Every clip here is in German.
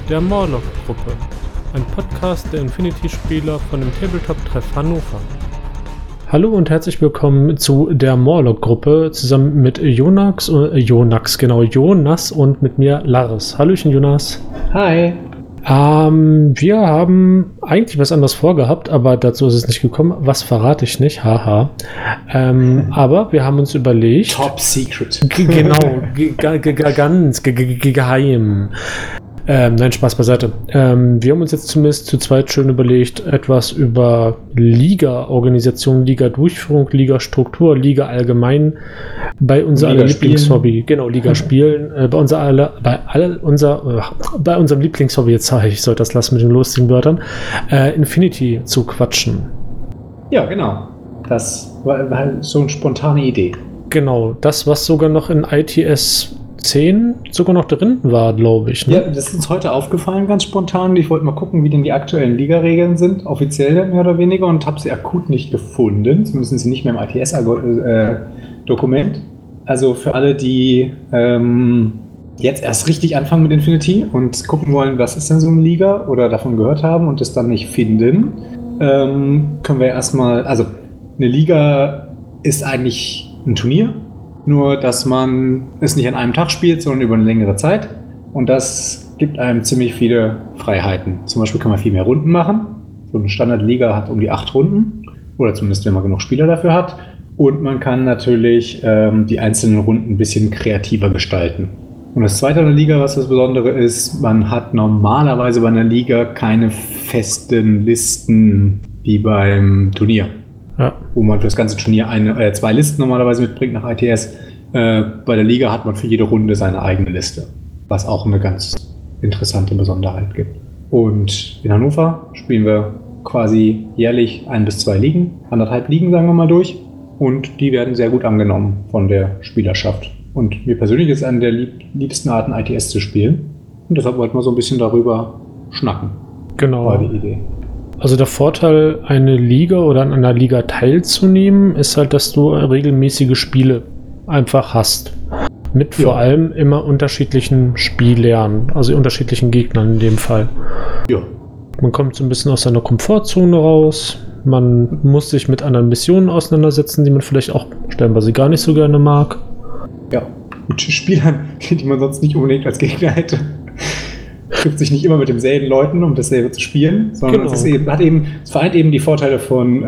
der Morlock-Gruppe, ein Podcast der Infinity-Spieler von dem Tabletop-Treff Hannover. Hallo und herzlich willkommen zu der Morlock-Gruppe zusammen mit Jonas und mit mir Lars. Hallöchen Jonas. Hi. Wir haben eigentlich was anderes vorgehabt, aber dazu ist es nicht gekommen. Was verrate ich nicht, haha. Aber wir haben uns überlegt... Top Secret. Genau, ganz geheim. Nein, Spaß beiseite. Wir haben uns jetzt zumindest zu zweit schön überlegt, etwas über Liga-Organisation, Liga-Durchführung, Liga-Struktur, Liga allgemein bei unser aller Lieblingshobby, genau, Liga-Spielen, bei unserem Lieblingshobby, jetzt sage ich, soll das lassen mit den lustigen Wörtern, Infinity zu quatschen. Ja, genau. Das war halt so eine spontane Idee. Genau, das, was sogar noch in ITS 10 sogar noch drin war, glaube ich. Ne? Ja, das ist uns heute aufgefallen, ganz spontan. Ich wollte mal gucken, wie denn die aktuellen Liga-Regeln sind, offiziell mehr oder weniger, und habe sie akut nicht gefunden. Zumindest sind sie nicht mehr im ITS-Dokument. Also für alle, die jetzt erst richtig anfangen mit Infinity und gucken wollen, was ist denn so eine Liga oder davon gehört haben und das dann nicht finden, können wir erstmal, also eine Liga ist eigentlich ein Turnier, nur dass man es nicht an einem Tag spielt, sondern über eine längere Zeit. Und das gibt einem ziemlich viele Freiheiten. Zum Beispiel kann man viel mehr Runden machen. So eine Standardliga hat um die 8 Runden. Oder zumindest, wenn man genug Spieler dafür hat. Und man kann natürlich die einzelnen Runden ein bisschen kreativer gestalten. Und das Zweite an der Liga, was das Besondere ist, man hat normalerweise bei einer Liga keine festen Listen wie beim Turnier. Ja. Wo man für das ganze Turnier 2 Listen normalerweise mitbringt nach ITS. Bei der Liga hat man für jede Runde seine eigene Liste, was auch eine ganz interessante Besonderheit gibt. Und in Hannover spielen wir quasi jährlich 1 bis 2 Ligen, 1,5 Ligen sagen wir mal durch, und die werden sehr gut angenommen von der Spielerschaft. Und mir persönlich ist eine der liebsten Arten, ITS zu spielen, und deshalb wollten wir so ein bisschen darüber schnacken. Genau. War die Idee. Also der Vorteil, eine Liga oder an einer Liga teilzunehmen, ist halt, dass du regelmäßige Spiele einfach hast. Mit vor allem immer unterschiedlichen Spielern, also unterschiedlichen Gegnern in dem Fall. Ja. Man kommt so ein bisschen aus seiner Komfortzone raus. Man muss sich mit anderen Missionen auseinandersetzen, die man vielleicht auch stellenweise gar nicht so gerne mag. Ja, mit Spielern, die man sonst nicht unbedingt als Gegner hätte. Trifft sich nicht immer mit denselben Leuten, um dasselbe zu spielen, sondern es vereint eben die Vorteile von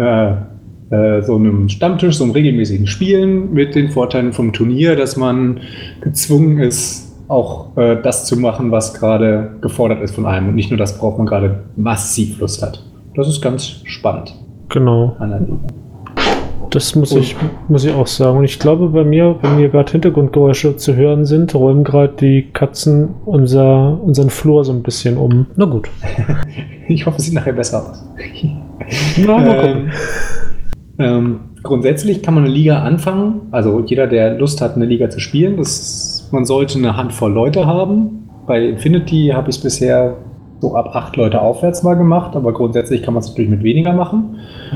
so einem Stammtisch, so einem regelmäßigen Spielen mit den Vorteilen vom Turnier, dass man gezwungen ist, auch das zu machen, was gerade gefordert ist von einem, und nicht nur das, worauf man gerade massiv Lust hat. Das ist ganz spannend. Genau. Das muss ich auch sagen. Und ich glaube, bei mir, wenn hier gerade Hintergrundgeräusche zu hören sind, räumen gerade die Katzen unseren Flur so ein bisschen um. Na gut. Ich hoffe, es sieht nachher besser aus. Na, mal gucken. Grundsätzlich kann man eine Liga anfangen. Also jeder, der Lust hat, eine Liga zu spielen, man sollte eine Handvoll Leute haben. Bei Infinity habe ich es bisher so ab 8 Leute aufwärts mal gemacht, aber grundsätzlich kann man es natürlich mit weniger machen.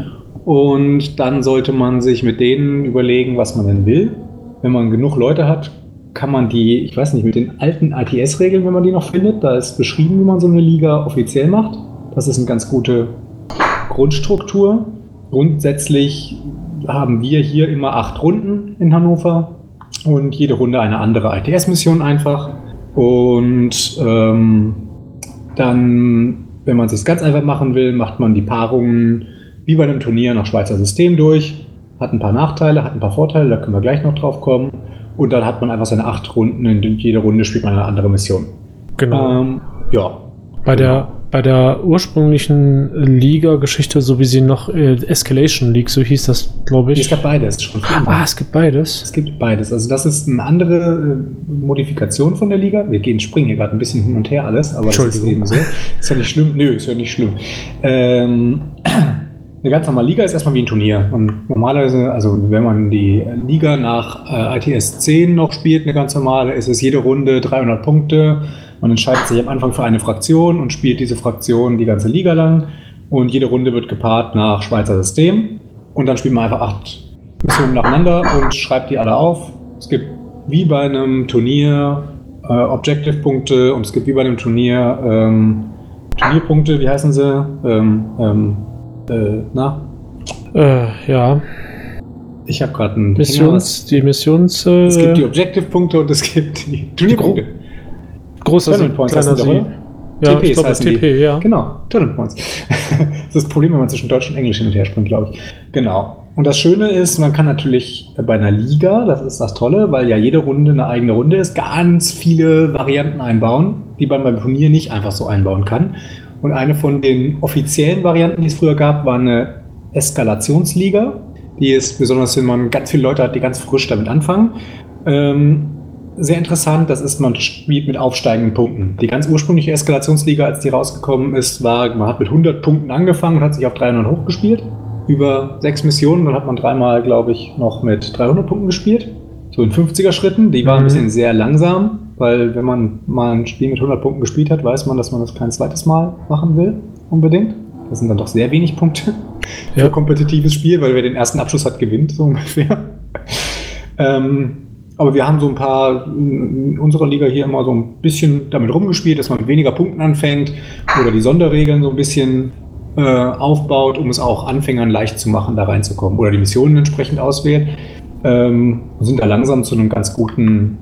Und dann sollte man sich mit denen überlegen, was man denn will. Wenn man genug Leute hat, kann man die, ich weiß nicht, mit den alten ITS-Regeln, wenn man die noch findet, da ist beschrieben, wie man so eine Liga offiziell macht. Das ist eine ganz gute Grundstruktur. Grundsätzlich haben wir hier immer 8 Runden in Hannover und jede Runde eine andere ITS-Mission einfach. Und dann, wenn man es sich ganz einfach machen will, macht man die Paarungen wie bei einem Turnier nach Schweizer System durch. Hat ein paar Nachteile, hat ein paar Vorteile, da können wir gleich noch drauf kommen. Und dann hat man einfach seine 8 Runden, in jeder Runde spielt man eine andere Mission. Genau. Ja. Bei der ursprünglichen Liga-Geschichte, so wie sie noch Escalation League, so hieß das, glaube ich. Es gibt beides. Schon es gibt beides? Es gibt beides. Also das ist eine andere Modifikation von der Liga. Wir springen hier gerade ein bisschen hin und her alles, aber das ist eben so. Ist ja nicht schlimm. Nö, ist ja nicht schlimm. Eine ganz normale Liga ist erstmal wie ein Turnier. Und normalerweise, also wenn man die Liga nach ITS 10 noch spielt, eine ganz normale, ist es jede Runde 300 Punkte. Man entscheidet sich am Anfang für eine Fraktion und spielt diese Fraktion die ganze Liga lang. Und jede Runde wird gepaart nach Schweizer System. Und dann spielt man einfach 8 Missionen nacheinander und schreibt die alle auf. Es gibt wie bei einem Turnier Objective-Punkte und es gibt wie bei einem Turnier Turnierpunkte, wie heißen sie? Ja. Ich habe gerade einen es gibt die Objective-Punkte und es gibt die Turnierpunkte. Großer Tournament Points heißen sie, oder? Ja, TPs ich glaube, heißen TP, die. ja. Genau, Tournament Points. Das ist das Problem, wenn man zwischen Deutsch und Englisch hin und her springt, glaube ich. Genau. Und das Schöne ist, man kann natürlich bei einer Liga, das ist das Tolle, weil ja jede Runde eine eigene Runde ist, ganz viele Varianten einbauen, die man beim Turnier nicht einfach so einbauen kann. Und eine von den offiziellen Varianten, die es früher gab, war eine Eskalationsliga. Die ist besonders, wenn man ganz viele Leute hat, die ganz frisch damit anfangen. Sehr interessant, das ist, man spielt mit aufsteigenden Punkten. Die ganz ursprüngliche Eskalationsliga, als die rausgekommen ist, war, man hat mit 100 Punkten angefangen und hat sich auf 300 hochgespielt. Über 6 Missionen, dann hat man dreimal, glaube ich, noch mit 300 Punkten gespielt. So in 50er Schritten. Die waren ein bisschen sehr langsam, weil wenn man mal ein Spiel mit 100 Punkten gespielt hat, weiß man, dass man das kein zweites Mal machen will, unbedingt. Das sind dann doch sehr wenig Punkte für kompetitives Spiel, weil wer den ersten Abschluss hat, gewinnt, so ungefähr. Aber wir haben so ein paar in unserer Liga hier immer so ein bisschen damit rumgespielt, dass man mit weniger Punkten anfängt oder die Sonderregeln so ein bisschen aufbaut, um es auch Anfängern leicht zu machen, da reinzukommen. Oder die Missionen entsprechend auswählt. Sind da langsam zu einem ganz guten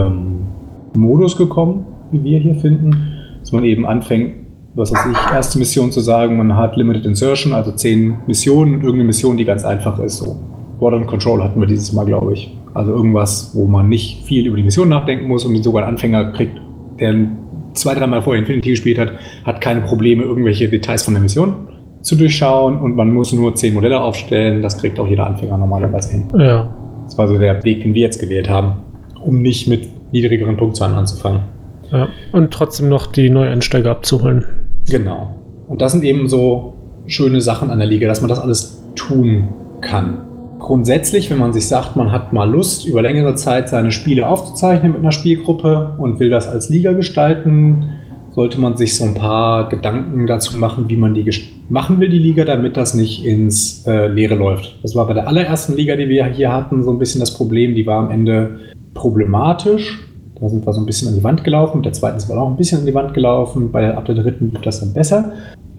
Modus gekommen, wie wir hier finden. Dass man eben anfängt, was weiß ich, erste Mission zu sagen, man hat Limited Insertion, also 10 Missionen, irgendeine Mission, die ganz einfach ist. So. Border and Control hatten wir dieses Mal, glaube ich. Also irgendwas, wo man nicht viel über die Mission nachdenken muss und sogar ein Anfänger kriegt, der 2-3 Mal vorher Infinity gespielt hat keine Probleme, irgendwelche Details von der Mission zu durchschauen und man muss nur 10 Modelle aufstellen. Das kriegt auch jeder Anfänger normalerweise hin. Ja. Das war so der Weg, den wir jetzt gewählt haben, um nicht mit niedrigeren Punktzahlen anzufangen. Ja, und trotzdem noch die Neueinsteiger abzuholen. Genau. Und das sind eben so schöne Sachen an der Liga, dass man das alles tun kann. Grundsätzlich, wenn man sich sagt, man hat mal Lust, über längere Zeit seine Spiele aufzuzeichnen mit einer Spielgruppe und will das als Liga gestalten, sollte man sich so ein paar Gedanken dazu machen, wie man die machen will, die Liga, damit das nicht ins Leere läuft. Das war bei der allerersten Liga, die wir hier hatten, so ein bisschen das Problem. Die war am Ende problematisch. Da sind wir so ein bisschen an die Wand gelaufen. Mit der zweiten sind wir auch ein bisschen an die Wand gelaufen. Ab der dritten lief das dann besser.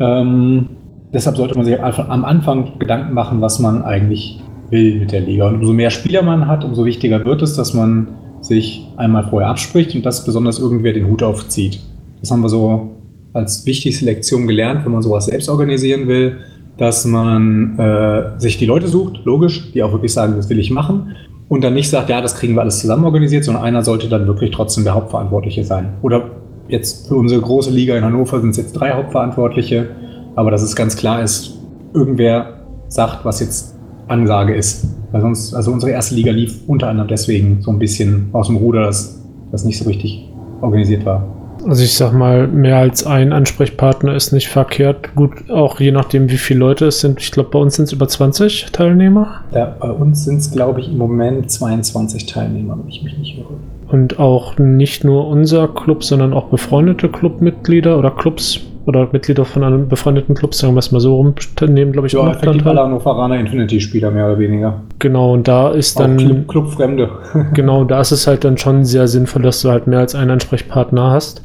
Deshalb sollte man sich am Anfang Gedanken machen, was man eigentlich will mit der Liga. Und umso mehr Spieler man hat, umso wichtiger wird es, dass man sich einmal vorher abspricht und dass besonders irgendwer den Hut aufzieht. Das haben wir so als wichtigste Lektion gelernt, wenn man sowas selbst organisieren will, dass man sich die Leute sucht, logisch, die auch wirklich sagen, das will ich machen. Und dann nicht sagt, ja, das kriegen wir alles zusammen organisiert, sondern einer sollte dann wirklich trotzdem der Hauptverantwortliche sein. Oder jetzt für unsere große Liga in Hannover sind es jetzt 3 Hauptverantwortliche, aber dass es ganz klar ist, irgendwer sagt, was jetzt Ansage ist. Weil sonst, also unsere erste Liga lief unter anderem deswegen so ein bisschen aus dem Ruder, dass das nicht so richtig organisiert war. Also ich sag mal, mehr als ein Ansprechpartner ist nicht verkehrt. Gut, auch je nachdem, wie viele Leute es sind. Ich glaube, bei uns sind es über 20 Teilnehmer. Ja, bei uns sind es, glaube ich, im Moment 22 Teilnehmer, wenn ich mich nicht irre. Und auch nicht nur unser Club, sondern auch befreundete Clubmitglieder oder Clubs oder Mitglieder von einem befreundeten Club, sagen wir es mal so rum, nehmen, glaube ich, ja, effektiv alle Hannoveraner Infinity-Spieler, mehr oder weniger. Genau, und da ist auch dann... Clubfremde. Genau, da ist es halt dann schon sehr sinnvoll, dass du halt mehr als einen Ansprechpartner hast.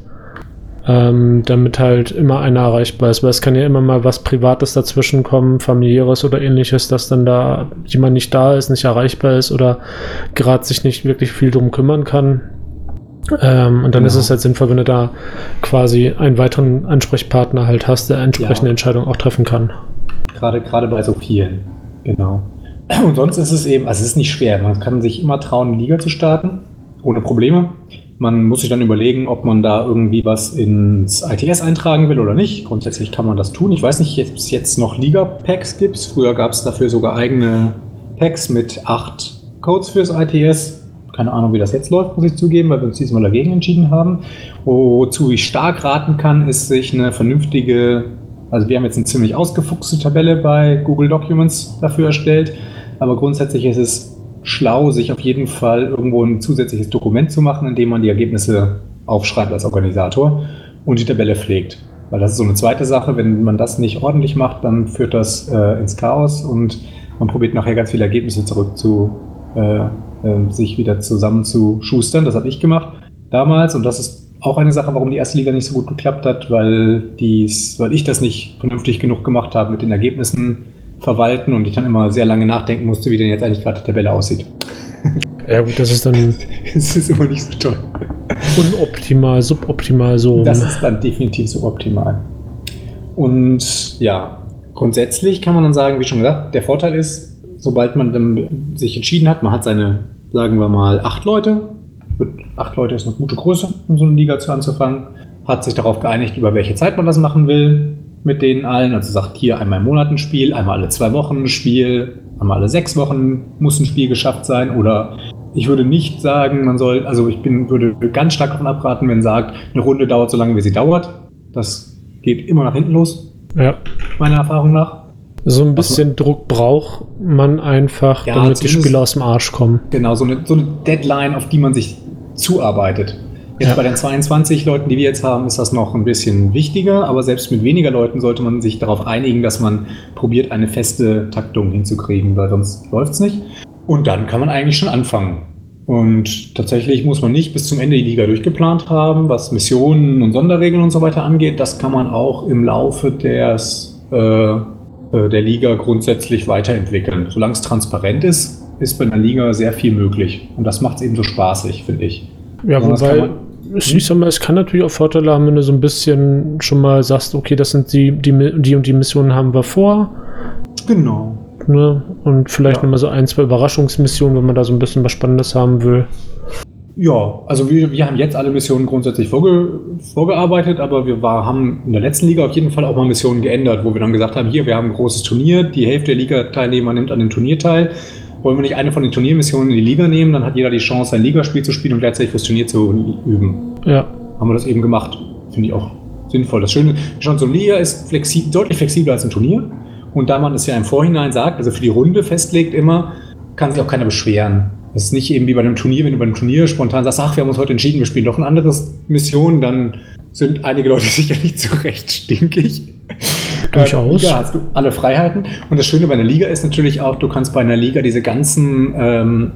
Damit halt immer einer erreichbar ist, weil es kann ja immer mal was Privates dazwischen kommen, familiäres oder ähnliches, dass dann da jemand nicht da ist, nicht erreichbar ist oder gerade sich nicht wirklich viel drum kümmern kann. Und dann ist es halt sinnvoll, wenn du da quasi einen weiteren Ansprechpartner halt hast, der entsprechende Entscheidung auch treffen kann. Gerade bei so vielen, genau. Und sonst ist es eben, also es ist nicht schwer, man kann sich immer trauen, eine Liga zu starten, ohne Probleme. Man muss sich dann überlegen, ob man da irgendwie was ins ITS eintragen will oder nicht. Grundsätzlich kann man das tun. Ich weiß nicht, ob es jetzt noch Liga-Packs gibt. Früher gab es dafür sogar eigene Packs mit 8 Codes fürs ITS. Keine Ahnung, wie das jetzt läuft, muss ich zugeben, weil wir uns diesmal dagegen entschieden haben. Wozu ich stark raten kann, ist sich eine vernünftige, also wir haben jetzt eine ziemlich ausgefuchste Tabelle bei Google Documents dafür erstellt, aber grundsätzlich ist es schlau, sich auf jeden Fall irgendwo ein zusätzliches Dokument zu machen, in dem man die Ergebnisse aufschreibt als Organisator und die Tabelle pflegt. Weil das ist so eine zweite Sache, wenn man das nicht ordentlich macht, dann führt das ins Chaos und man probiert nachher ganz viele Ergebnisse sich wieder zusammenzuschustern. Das habe ich gemacht. damals. Und das ist auch eine Sache, warum die erste Liga nicht so gut geklappt hat, weil ich das nicht vernünftig genug gemacht habe mit den Ergebnissen verwalten und ich dann immer sehr lange nachdenken musste, wie denn jetzt eigentlich gerade die Tabelle aussieht. Ja gut, das ist dann... Es ist immer nicht so toll. Unoptimal, suboptimal so. Das ist dann definitiv suboptimal. Und ja, grundsätzlich kann man dann sagen, wie schon gesagt, der Vorteil ist, sobald man dann sich entschieden hat, man hat seine, sagen wir mal, 8 Leute. 8 Leute ist eine gute Größe, um so eine Liga anzufangen. Hat sich darauf geeinigt, über welche Zeit man das machen will mit denen allen. Also sagt hier einmal im Monat ein Spiel, einmal alle 2 Wochen ein Spiel, einmal alle 6 Wochen muss ein Spiel geschafft sein. Oder ich würde nicht sagen, man soll, also würde ganz stark davon abraten, wenn sagt, eine Runde dauert so lange, wie sie dauert. Das geht immer nach hinten los, ja. Meiner Erfahrung nach. So ein bisschen Druck braucht man einfach, ja, damit die Spieler aus dem Arsch kommen. Genau, so eine Deadline, auf die man sich zuarbeitet. Jetzt bei den 22 Leuten, die wir jetzt haben, ist das noch ein bisschen wichtiger, aber selbst mit weniger Leuten sollte man sich darauf einigen, dass man probiert, eine feste Taktung hinzukriegen, weil sonst läuft es nicht. Und dann kann man eigentlich schon anfangen. Und tatsächlich muss man nicht bis zum Ende die Liga durchgeplant haben, was Missionen und Sonderregeln und so weiter angeht. Das kann man auch im Laufe der Liga grundsätzlich weiterentwickeln. Solange es transparent ist, ist bei einer Liga sehr viel möglich. Und das macht es eben so spaßig, finde ich. Ja, wobei, ich sag mal, es kann natürlich auch Vorteile haben, wenn du so ein bisschen schon mal sagst, okay, das sind die und die Missionen haben wir vor. Genau. Ne? Und vielleicht nochmal so 1, 2 Überraschungsmissionen, wenn man da so ein bisschen was Spannendes haben will. Ja, also wir haben jetzt alle Missionen grundsätzlich vorgearbeitet, aber wir haben in der letzten Liga auf jeden Fall auch mal Missionen geändert, wo wir dann gesagt haben, hier, wir haben ein großes Turnier, die Hälfte der Liga-Teilnehmer nimmt an dem Turnier teil. Wollen wir nicht eine von den Turniermissionen in die Liga nehmen, dann hat jeder die Chance, ein Ligaspiel zu spielen und gleichzeitig fürs Turnier zu üben. Ja. Haben wir das eben gemacht. Finde ich auch sinnvoll. Das Schöne, schon so eine Liga ist deutlich flexibler als ein Turnier. Und da man es ja im Vorhinein sagt, also für die Runde festlegt immer, kann sich auch keiner beschweren. Das ist nicht eben wie bei einem Turnier, wenn du bei einem Turnier spontan sagst, ach, wir haben uns heute entschieden, wir spielen doch eine andere Mission, dann sind einige Leute sicher nicht so recht stinkig. Durchaus. Liga hast du alle Freiheiten. Und das Schöne bei einer Liga ist natürlich auch, du kannst bei einer Liga diese ganzen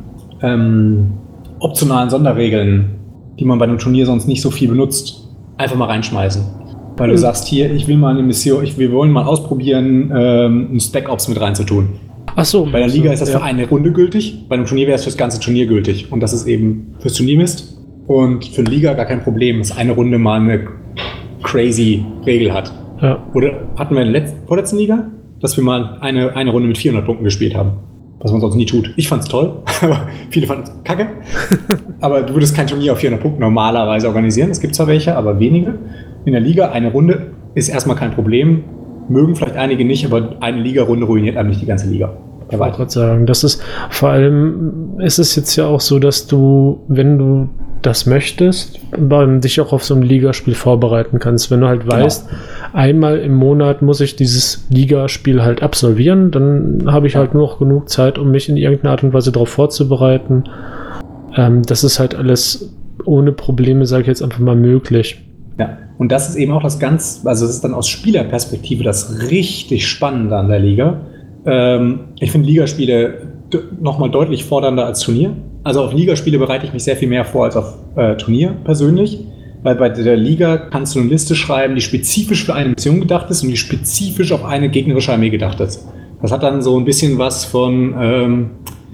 optionalen Sonderregeln, die man bei einem Turnier sonst nicht so viel benutzt, einfach mal reinschmeißen. Weil du sagst, hier, ich will mal eine Mission, wir wollen mal ausprobieren, ein Spec Ops mit reinzutun. Ach so. Bei der Liga ist das für eine Runde gültig, bei einem Turnier wäre es für das ganze Turnier gültig. Und das ist eben fürs Turniermist und für eine Liga gar kein Problem, dass eine Runde mal eine crazy Regel hat. Ja. Oder hatten wir in der vorletzten Liga, dass wir mal eine Runde mit 400 Punkten gespielt haben. Was man sonst nie tut. Ich fand's toll, aber viele fanden es kacke. Aber du würdest kein Turnier auf 400 Punkten normalerweise organisieren. Es gibt zwar welche, aber wenige. In der Liga eine Runde ist erstmal kein Problem. Mögen vielleicht einige nicht, aber eine Liga-Runde ruiniert einem nicht die ganze Liga. Ich wollte gerade sagen, das ist vor allem, ist es jetzt ja auch so, dass du, wenn du das möchtest, dich auch auf so ein Ligaspiel vorbereiten kannst. Wenn du halt weißt, einmal im Monat muss ich dieses Ligaspiel halt absolvieren, dann habe ich halt nur noch genug Zeit, um mich in irgendeiner Art und Weise darauf vorzubereiten. Das ist halt alles ohne Probleme, sage ich jetzt einfach mal, möglich. Ja, und das ist eben auch das also das ist dann aus Spielerperspektive das richtig Spannende an der Liga. Ich finde Ligaspiele nochmal deutlich fordernder als Turnier. Also auf Ligaspiele bereite ich mich sehr viel mehr vor als auf Turnier persönlich. Weil bei der Liga kannst du eine Liste schreiben, die spezifisch für eine Mission gedacht ist und die spezifisch auf eine gegnerische Armee gedacht ist. Das hat dann so ein bisschen was von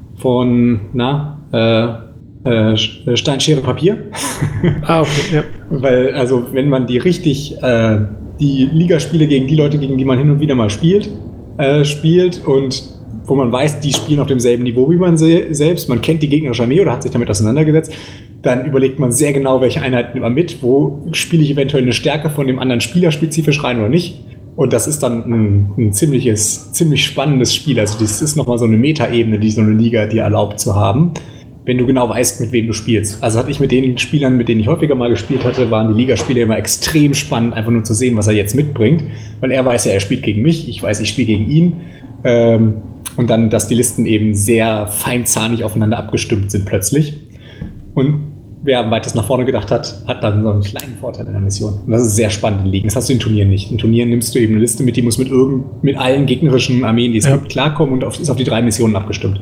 Stein, Schere, Papier. Ah, okay, ja. Weil, also, wenn man die Ligaspiele gegen die Leute, gegen die man hin und wieder mal spielt und wo man weiß, die spielen auf demselben Niveau wie man selbst, man kennt die gegnerische Armee oder hat sich damit auseinandergesetzt, dann überlegt man sehr genau, welche Einheiten nimmt man mit, wo spiele ich eventuell eine Stärke von dem anderen Spieler spezifisch rein oder nicht. Und das ist dann ein ziemlich spannendes Spiel. Also das ist nochmal so eine Metaebene, die so eine Liga dir erlaubt zu haben, wenn du genau weißt, mit wem du spielst. Also hatte ich mit den Spielern, mit denen ich häufiger mal gespielt hatte, waren die Ligaspiele immer extrem spannend, einfach nur zu sehen, was er jetzt mitbringt. Weil er weiß ja, er spielt gegen mich, ich weiß, ich spiele gegen ihn. Und dann, dass die Listen eben sehr feinzahnig aufeinander abgestimmt sind plötzlich. Und wer am weitesten nach vorne gedacht hat, hat dann so einen kleinen Vorteil in der Mission. Und das ist sehr spannend in Ligen. Das hast du in Turnieren nicht. In Turnieren nimmst du eben eine Liste mit, die muss mit allen gegnerischen Armeen, die es gibt, klarkommen und ist auf die 3 Missionen abgestimmt.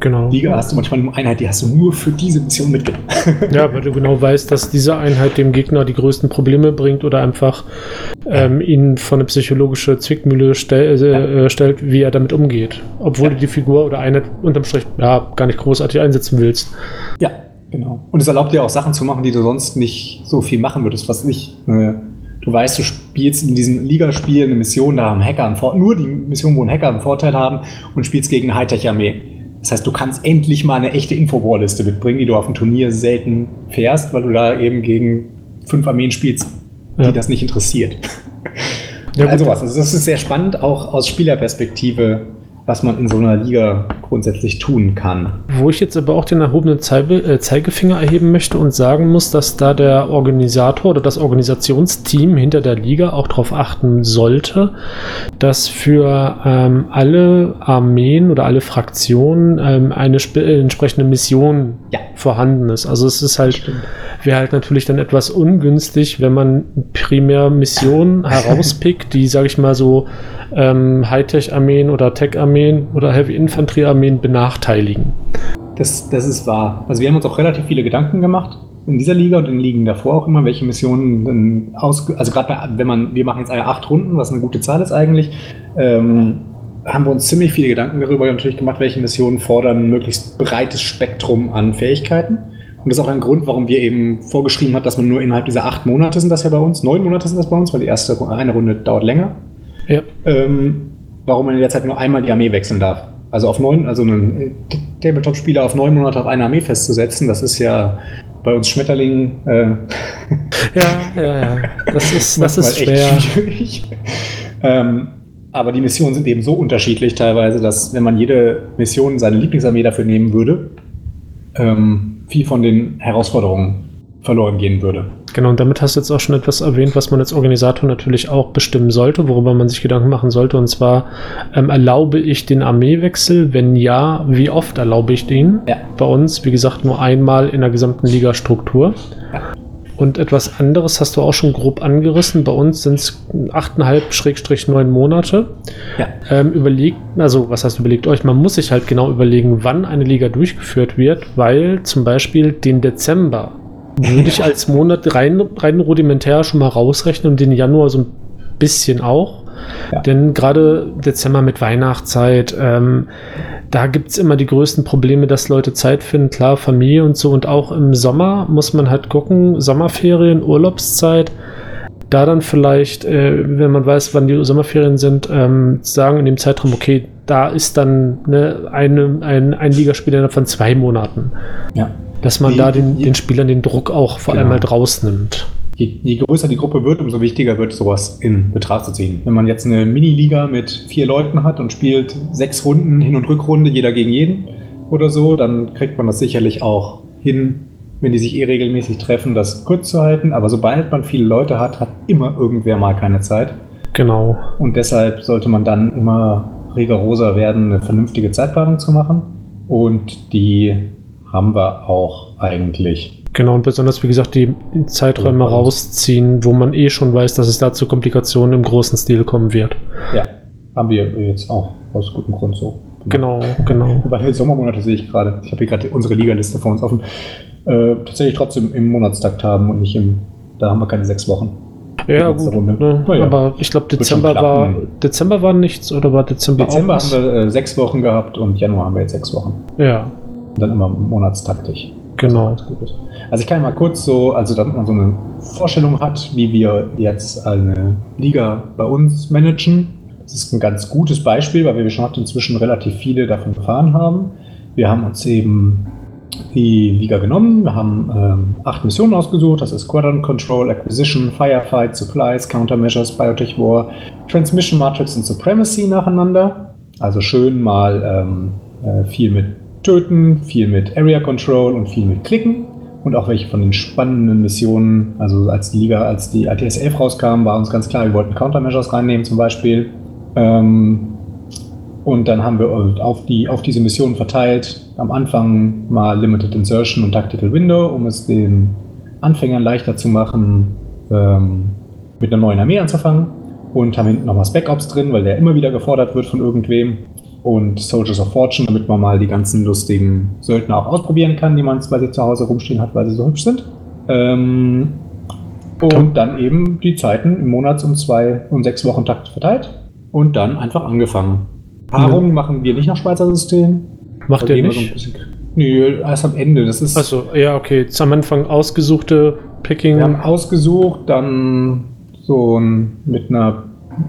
Genau. Liga hast du manchmal eine Einheit, die hast du nur für diese Mission mitgenommen. Ja, weil du genau weißt, dass diese Einheit dem Gegner die größten Probleme bringt oder einfach ihn vor eine psychologische Zwickmühle stellt, wie er damit umgeht. Obwohl du die Figur oder Einheit unterm Strich gar nicht großartig einsetzen willst. Ja, genau. Und es erlaubt dir auch Sachen zu machen, die du sonst nicht so viel machen würdest. Was nicht, du weißt, du spielst in diesem Ligaspiel eine Mission, da haben Hacker nur die Mission, wo ein Hacker einen Vorteil haben und spielst gegen eine Hightech-Armee. Das heißt, du kannst endlich mal eine echte Infowar-Liste mitbringen, die du auf dem Turnier selten fährst, weil du da eben gegen 5 Armeen spielst, die das nicht interessiert. Ja, also das ist sehr spannend, auch aus Spielerperspektive, was man in so einer Liga grundsätzlich tun kann. Wo ich jetzt aber auch den erhobenen Zeigefinger erheben möchte und sagen muss, dass da der Organisator oder das Organisationsteam hinter der Liga auch darauf achten sollte, dass für alle Armeen oder alle Fraktionen eine entsprechende Mission vorhanden ist. Also es ist halt, wäre halt natürlich dann etwas ungünstig, wenn man primär Missionen herauspickt, die, sage ich mal so, Hightech-Armeen oder Tech-Armeen oder Heavy-Infanterie-Armeen benachteiligen. Das ist wahr. Also wir haben uns auch relativ viele Gedanken gemacht in dieser Liga und in Ligen davor auch immer, welche Missionen also gerade wir machen jetzt 8 Runden, was eine gute Zahl ist eigentlich, haben wir uns ziemlich viele Gedanken darüber natürlich gemacht, welche Missionen fordern ein möglichst breites Spektrum an Fähigkeiten. Und das ist auch ein Grund, warum wir eben vorgeschrieben haben, dass man nur innerhalb dieser 8 Monate sind das ja bei uns, 9 Monate sind das bei uns, weil die eine Runde dauert länger. Ja. Warum man in der Zeit nur einmal die Armee wechseln darf. Also einen Tabletop-Spieler auf 9 Monate auf eine Armee festzusetzen, das ist ja bei uns Schmetterlingen. Ja. Das ist schwer. Echt schwierig. Aber die Missionen sind eben so unterschiedlich teilweise, dass wenn man jede Mission seine Lieblingsarmee dafür nehmen würde, viel von den Herausforderungen verloren gehen würde. Genau, und damit hast du jetzt auch schon etwas erwähnt, was man als Organisator natürlich auch bestimmen sollte, worüber man sich Gedanken machen sollte, und zwar, erlaube ich den Armeewechsel? Wenn ja, wie oft erlaube ich den? Ja. Bei uns, wie gesagt, nur einmal in der gesamten Ligastruktur. Ja. Und etwas anderes hast du auch schon grob angerissen. Bei uns sind es 8,5/9 Monate. Ja. Was heißt überlegt euch? Man muss sich halt genau überlegen, wann eine Liga durchgeführt wird, weil zum Beispiel den Dezember würde ich als Monat rein rudimentär schon mal rausrechnen und den Januar so ein bisschen auch. Ja. Denn gerade Dezember mit Weihnachtszeit, da gibt es immer die größten Probleme, dass Leute Zeit finden, klar, Familie und so. Und auch im Sommer muss man halt gucken, Sommerferien, Urlaubszeit, da dann vielleicht, wenn man weiß, wann die Sommerferien sind, sagen in dem Zeitraum, okay, da ist dann ein Ligaspieler von 2 Monaten. Ja. Dass man den Spielern den Druck auch vor allem halt rausnimmt. Je größer die Gruppe wird, umso wichtiger wird sowas in Betracht zu ziehen. Wenn man jetzt eine Miniliga mit 4 Leuten hat und spielt 6 Runden, Hin- und Rückrunde, jeder gegen jeden oder so, dann kriegt man das sicherlich auch hin, wenn die sich regelmäßig treffen, das kurz zu halten. Aber sobald man viele Leute hat immer irgendwer mal keine Zeit. Genau. Und deshalb sollte man dann immer rigoroser werden, eine vernünftige Zeitplanung zu machen. Und die haben wir auch eigentlich. Genau, und besonders, wie gesagt, die Zeiträume rausziehen, wo man schon weiß, dass es da zu Komplikationen im großen Stil kommen wird. Ja, haben wir jetzt auch aus gutem Grund so. Genau. Wobei Sommermonate sehe ich gerade. Ich habe hier gerade unsere Ligaliste vor uns offen. Tatsächlich trotzdem im Monatstakt haben und nicht da haben wir keine 6 Wochen. Ja, gut. Aber ich glaube, Dezember war nichts, oder war Dezember auch was? Haben wir 6 Wochen gehabt und Januar haben wir jetzt 6 Wochen. Ja. Und dann immer monatstaktisch. Genau. Also ich kann mal kurz damit man so eine Vorstellung hat, wie wir jetzt eine Liga bei uns managen. Das ist ein ganz gutes Beispiel, weil wir schon inzwischen relativ viele davon gefahren haben. Wir haben uns eben die Liga genommen, wir haben 8 Missionen ausgesucht, das ist Squadron Control, Acquisition, Firefight, Supplies, Countermeasures, Biotech War, Transmission Matrix und Supremacy nacheinander. Also schön mal viel mit Töten, viel mit Area Control und viel mit Klicken und auch welche von den spannenden Missionen. Also als die ATS 11 rauskam, war uns ganz klar, wir wollten Countermeasures reinnehmen zum Beispiel. Und dann haben wir auf diese Missionen verteilt, am Anfang mal Limited Insertion und Tactical Window, um es den Anfängern leichter zu machen, mit einer neuen Armee anzufangen. Und haben hinten nochmal Spec Ops drin, weil der immer wieder gefordert wird von irgendwem. und Soldiers of Fortune, damit man mal die ganzen lustigen Söldner auch ausprobieren kann, die man quasi zu Hause rumstehen hat, weil sie so hübsch sind. Und dann eben die Zeiten im Monats- und 2- und 6-Wochen-Takt verteilt und dann einfach angefangen. Paarungen machen wir nicht nach Schweizer System. Macht ihr nicht? So nee, erst am Ende. Das ist. Also, ja, okay. Jetzt am Anfang ausgesuchte Picking. Wir haben ausgesucht, dann so mit einer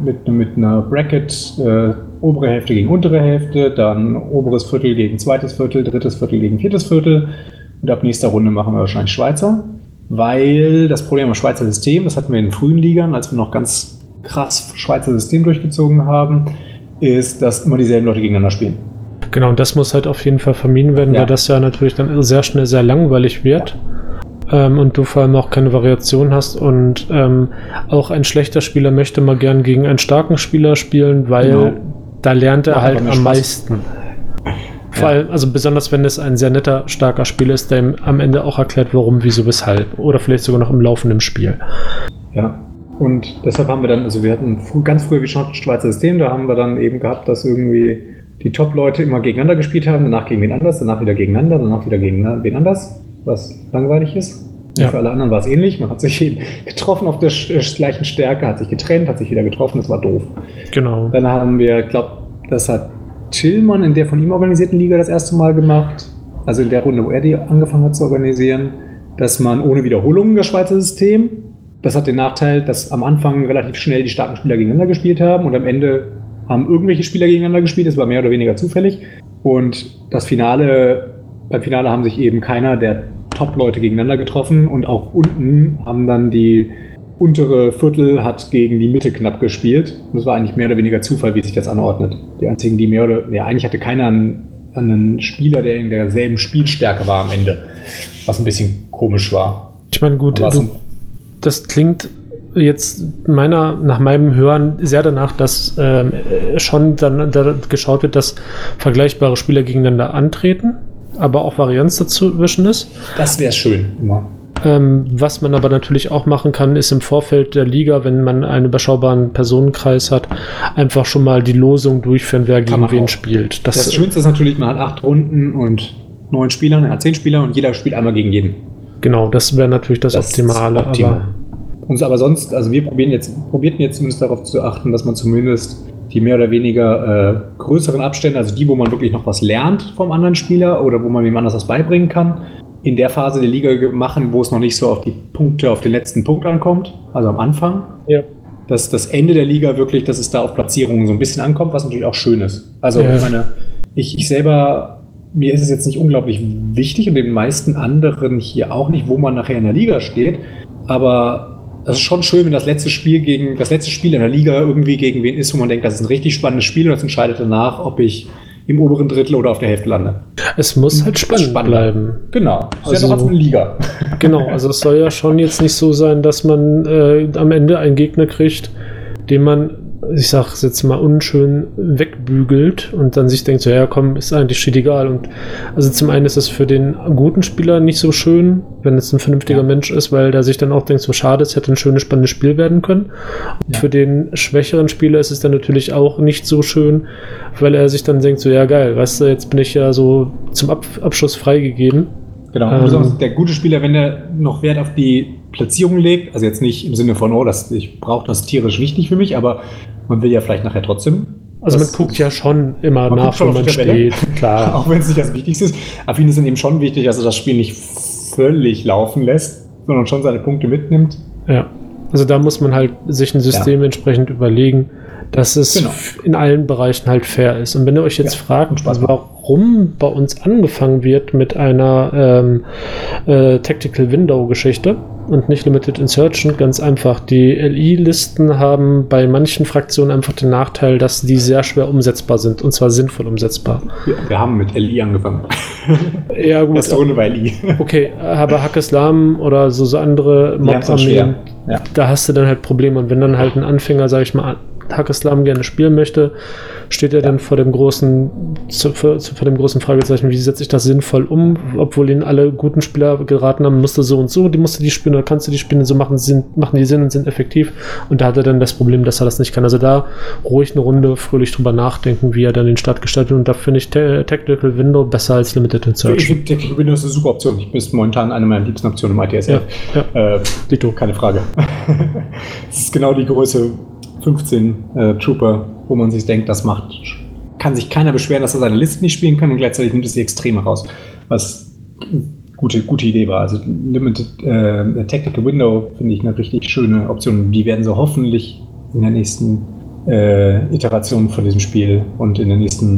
Bracket obere Hälfte gegen untere Hälfte, dann oberes Viertel gegen zweites Viertel, drittes Viertel gegen viertes Viertel und ab nächster Runde machen wir wahrscheinlich Schweizer, weil das Problem am Schweizer System, das hatten wir in den frühen Ligern, als wir noch ganz krass Schweizer System durchgezogen haben, ist, dass immer dieselben Leute gegeneinander spielen. Genau, und das muss halt auf jeden Fall vermieden werden, weil das ja natürlich dann sehr schnell sehr langweilig wird. Und du vor allem auch keine Variation hast und auch ein schlechter Spieler möchte mal gern gegen einen starken Spieler spielen, weil da lernt er halt am meisten. Vor allem, also besonders wenn es ein sehr netter, starker Spieler ist, der ihm am Ende auch erklärt, warum, wieso, weshalb. Oder vielleicht sogar noch im laufenden Spiel. Ja, und deshalb haben wir dann, also wir hatten ganz früher wie schon Schweizer System, da haben wir dann eben gehabt, dass irgendwie die Top-Leute immer gegeneinander gespielt haben, danach gegen wen anders, danach wieder gegeneinander, danach wieder gegen wen anders, was langweilig ist. Ja. Für alle anderen war es ähnlich. Man hat sich getroffen auf der gleichen Stärke, hat sich getrennt, hat sich wieder getroffen, das war doof. Genau. Dann haben wir, ich glaube, das hat Tillmann in der von ihm organisierten Liga das erste Mal gemacht, also in der Runde, wo er die angefangen hat zu organisieren, dass man ohne Wiederholungen das Schweizer System, das hat den Nachteil, dass am Anfang relativ schnell die starken Spieler gegeneinander gespielt haben und am Ende haben irgendwelche Spieler gegeneinander gespielt, das war mehr oder weniger zufällig. Und beim Finale haben sich eben keiner der Top-Leute gegeneinander getroffen und auch unten haben dann die untere Viertel hat gegen die Mitte knapp gespielt. Und das war eigentlich mehr oder weniger Zufall, wie sich das anordnet. Die einzigen, die eigentlich hatte keiner einen Spieler, der in derselben Spielstärke war am Ende, was ein bisschen komisch war. Ich meine, gut, das klingt jetzt nach meinem Hören sehr danach, dass schon dann geschaut wird, dass vergleichbare Spieler gegeneinander antreten, aber auch Varianz dazwischen ist. Das wäre schön, immer. Was man aber natürlich auch machen kann, ist im Vorfeld der Liga, wenn man einen überschaubaren Personenkreis hat, einfach schon mal die Losung durchführen, wer gegen wen spielt. Das Schönste ist natürlich, man hat 8 Runden und 9 Spieler, man hat 10 Spieler und jeder spielt einmal gegen jeden. Genau, das wäre natürlich das Optimale. Aber sonst, also wir probierten jetzt zumindest darauf zu achten, dass man zumindest die mehr oder weniger größeren Abstände, also die, wo man wirklich noch was lernt vom anderen Spieler oder wo man jemand anders was beibringen kann, in der Phase der Liga machen, wo es noch nicht so auf die Punkte, auf den letzten Punkt ankommt, also am Anfang. Ja. Dass das Ende der Liga wirklich, dass es da auf Platzierungen so ein bisschen ankommt, was natürlich auch schön ist. Also ich selber, mir ist es jetzt nicht unglaublich wichtig und den meisten anderen hier auch nicht, wo man nachher in der Liga steht, aber das ist schon schön, wenn das letzte Spiel in der Liga irgendwie gegen wen ist, wo man denkt, das ist ein richtig spannendes Spiel und das entscheidet danach, ob ich im oberen Drittel oder auf der Hälfte lande. Es muss halt spannend bleiben. Genau. Das ist ja noch eine Liga. Genau, also es soll ja schon jetzt nicht so sein, dass man am Ende einen Gegner kriegt, den man, ich sag's jetzt mal unschön, wegbügelt und dann sich denkt, so ja komm, ist eigentlich shit egal. Und also zum einen ist es für den guten Spieler nicht so schön, wenn es ein vernünftiger Mensch ist, weil der sich dann auch denkt, so schade, es hätte ein schönes, spannendes Spiel werden können. Und für den schwächeren Spieler ist es dann natürlich auch nicht so schön, weil er sich dann denkt, so ja geil, weißt du, jetzt bin ich ja so zum Abschluss freigegeben. Genau, besonders der gute Spieler, wenn er noch Wert auf die Platzierung legt, also jetzt nicht im Sinne von, ich brauche das tierisch wichtig für mich, aber man will ja vielleicht nachher trotzdem. Also man guckt ja schon immer nach, wo man steht, klar. Auch wenn es nicht das Wichtigste ist. Aber für ihn ist dann eben schon wichtig, dass er das Spiel nicht völlig laufen lässt, sondern schon seine Punkte mitnimmt. Ja, also da muss man halt sich ein System entsprechend überlegen, dass es in allen Bereichen halt fair ist. Und wenn ihr euch jetzt fragt, warum bei uns angefangen wird mit einer Tactical Window Geschichte und nicht Limited Insertion, ganz einfach. Die LI-Listen haben bei manchen Fraktionen einfach den Nachteil, dass die sehr schwer umsetzbar sind und zwar sinnvoll umsetzbar. Wir haben mit LI angefangen. Ja, gut. Erste Runde bei LI. Okay, aber Hack-Islam oder so andere Mob-Armeen, da hast du dann halt Probleme. Und wenn dann halt ein Anfänger, sag ich mal, Hackeslam gerne spielen möchte, steht er dann vor dem großen Fragezeichen, wie setze ich das sinnvoll um, obwohl ihnen alle guten Spieler geraten haben, musst du so und so, musst du die spielen oder kannst du die spielen, so machen die Sinn und sind effektiv. Und da hat er dann das Problem, dass er das nicht kann. Also da ruhig eine Runde fröhlich drüber nachdenken, wie er dann den Start gestaltet. Und da finde ich Tactical Window besser als Limited Insertion. Ich finde Tactical Window ist eine super Option. Ich bin momentan eine meiner liebsten Optionen im ITSF. Ja. Dito, keine Frage. Es ist genau die Größe 15 Trooper, wo man sich denkt, kann sich keiner beschweren, dass er seine Listen nicht spielen kann und gleichzeitig nimmt es die Extreme raus. Was eine gute Idee war. Also Limited Tactical Window finde ich eine richtig schöne Option. Die werden so hoffentlich in der nächsten Iteration von diesem Spiel und in der nächsten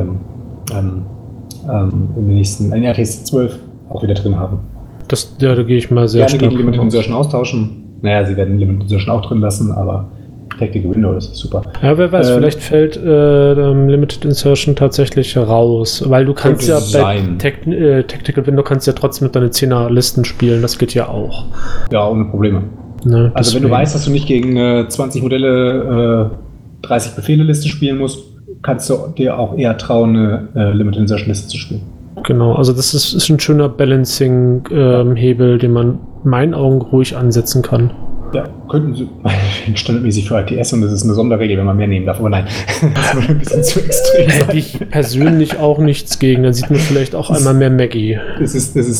in RTS 12 auch wieder drin haben. Da gehe ich mal sehr stark gegen Limited Insertion austauschen. Naja, sie werden Limited Insertion auch drin lassen, aber Tactical Window, das ist super. Ja, wer weiß, vielleicht fällt Limited Insertion tatsächlich raus, weil du kannst ja bei Tactical Window kannst ja trotzdem mit deinen 10er-Listen spielen, das geht ja auch. Ja, ohne Probleme. Ne, also wenn du weißt, dass du nicht gegen 20 Modelle 30 Befehle-Liste spielen musst, kannst du dir auch eher trauen, eine Limited Insertion-Liste zu spielen. Genau, also das ist ein schöner Balancing-Hebel, den man in meinen Augen ruhig ansetzen kann. Ja, könnten sie standardmäßig für ITS und das ist eine Sonderregel, wenn man mehr nehmen darf, aber nein, das würde ein bisschen zu extrem sein. Hätte ich persönlich auch nichts gegen, dann sieht man vielleicht auch einmal mehr Maggie. Das